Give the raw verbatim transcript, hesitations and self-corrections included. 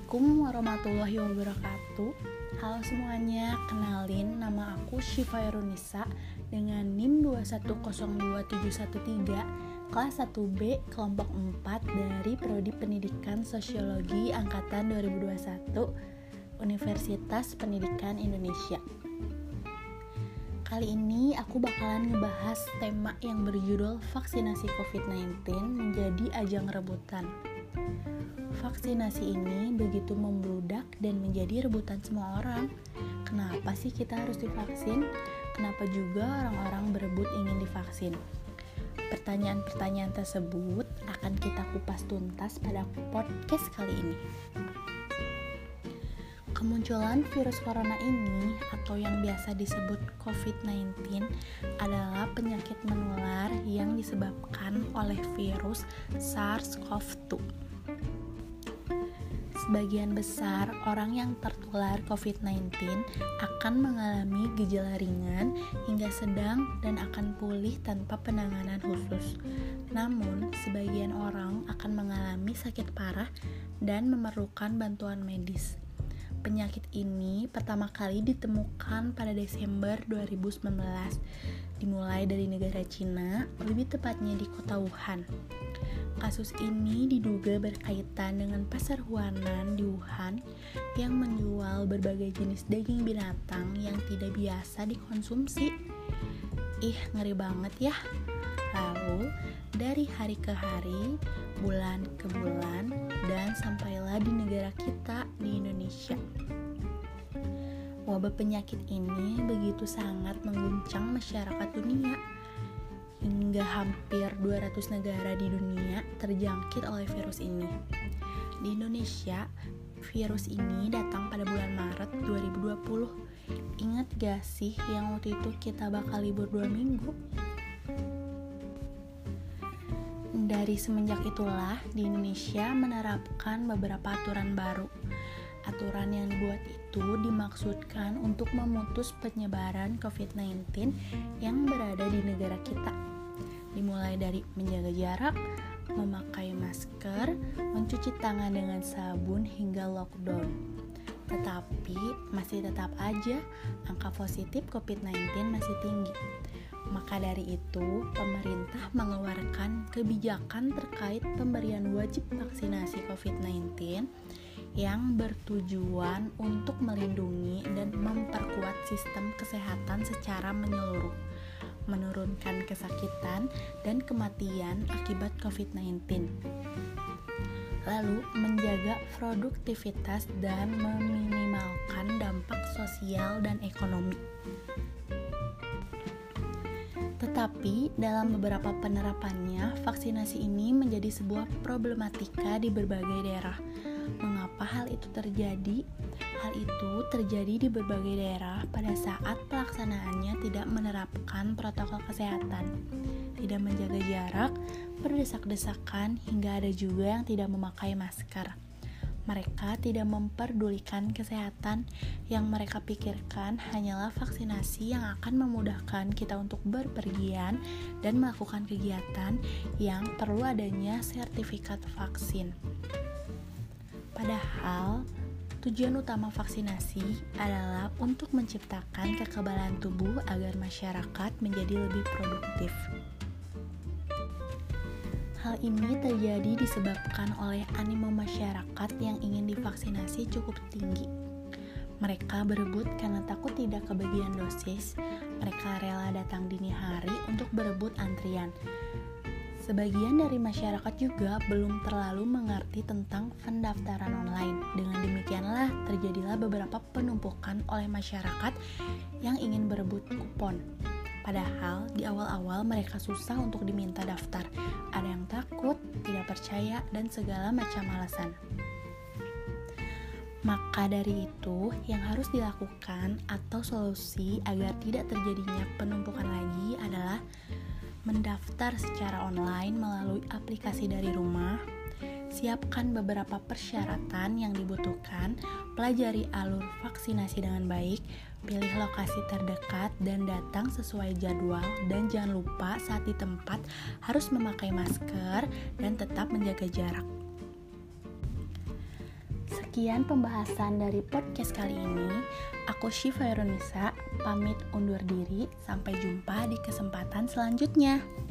Assalamualaikum warahmatullahi wabarakatuh. Halo semuanya, kenalin nama aku Syifa Irunisa dengan NIM dua satu nol dua tujuh satu tiga kelas satu B kelompok empat dari Prodi Pendidikan Sosiologi angkatan dua ribu dua puluh satu Universitas Pendidikan Indonesia. Kali ini aku bakalan ngebahas tema yang berjudul vaksinasi covid sembilan belas menjadi ajang rebutan. Vaksinasi ini begitu membludak dan menjadi rebutan semua orang. Kenapa sih kita harus divaksin? Kenapa juga orang-orang berebut ingin divaksin? Pertanyaan-pertanyaan tersebut akan kita kupas tuntas pada podcast kali ini. Kemunculan virus corona ini atau yang biasa disebut covid sembilan belas adalah penyakit menular yang disebabkan oleh virus SARS-CoV dua. Sebagian besar orang yang tertular covid sembilan belas akan mengalami gejala ringan hingga sedang dan akan pulih tanpa penanganan khusus. Namun, sebagian orang akan mengalami sakit parah dan memerlukan bantuan medis. Penyakit ini pertama kali ditemukan pada Desember dua ribu sembilan belas, dimulai dari negara Cina, lebih tepatnya di kota Wuhan. Kasus ini diduga berkaitan dengan pasar Huanan di Wuhan yang menjual berbagai jenis daging binatang yang tidak biasa dikonsumsi. Ih, ngeri banget ya. Lalu, dari hari ke hari, bulan ke bulan, dan sampailah di negara kita di Indonesia. Wabah penyakit ini begitu sangat mengguncang masyarakat dunia. Hingga hampir dua ratus negara di dunia terjangkit oleh virus ini. Di Indonesia, virus ini datang pada bulan Maret dua ribu dua puluh. Ingat gak sih yang waktu itu kita bakal libur dua minggu? Dari semenjak itulah di Indonesia menerapkan beberapa aturan baru. Aturan yang dibuat itu dimaksudkan untuk memutus penyebaran covid sembilan belas yang berada di negara kita. Dimulai dari menjaga jarak, memakai masker, mencuci tangan dengan sabun hingga lockdown. Tetapi masih tetap aja angka positif covid sembilan belas masih tinggi. Maka dari itu, pemerintah mengeluarkan kebijakan terkait pemberian wajib vaksinasi covid sembilan belas yang bertujuan untuk melindungi dan memperkuat sistem kesehatan secara menyeluruh, menurunkan kesakitan dan kematian akibat covid sembilan belas, lalu menjaga produktivitas dan meminimalkan dampak sosial dan ekonomi. Tetapi dalam beberapa penerapannya, vaksinasi ini menjadi sebuah problematika di berbagai daerah. Mengapa hal itu terjadi? Hal itu terjadi di berbagai daerah pada saat pelaksanaannya tidak menerapkan protokol kesehatan, tidak menjaga jarak, berdesak-desakan, hingga ada juga yang tidak memakai masker. Mereka tidak memperdulikan kesehatan, yang mereka pikirkan hanyalah vaksinasi yang akan memudahkan kita untuk berpergian dan melakukan kegiatan yang perlu adanya sertifikat vaksin. Padahal, tujuan utama vaksinasi adalah untuk menciptakan kekebalan tubuh agar masyarakat menjadi lebih produktif. Hal ini terjadi disebabkan oleh animo masyarakat yang ingin divaksinasi cukup tinggi. Mereka berebut karena takut tidak kebagian dosis. Mereka rela datang dini hari untuk berebut antrian. Sebagian dari masyarakat juga belum terlalu mengerti tentang pendaftaran online. Dengan demikianlah terjadilah beberapa penumpukan oleh masyarakat yang ingin berebut kupon. Padahal di awal-awal mereka susah untuk diminta daftar. Ada yang takut, tidak percaya, dan segala macam alasan. Maka dari itu, yang harus dilakukan atau solusi agar tidak terjadinya penumpukan lagi adalah mendaftar secara online melalui aplikasi dari rumah, siapkan beberapa persyaratan yang dibutuhkan, pelajari alur vaksinasi dengan baik, pilih lokasi terdekat dan datang sesuai jadwal, dan jangan lupa saat di tempat harus memakai masker dan tetap menjaga jarak. Sekian pembahasan dari podcast kali ini. Aku Syifa Yunisa, pamit undur diri. Sampai jumpa di kesempatan selanjutnya.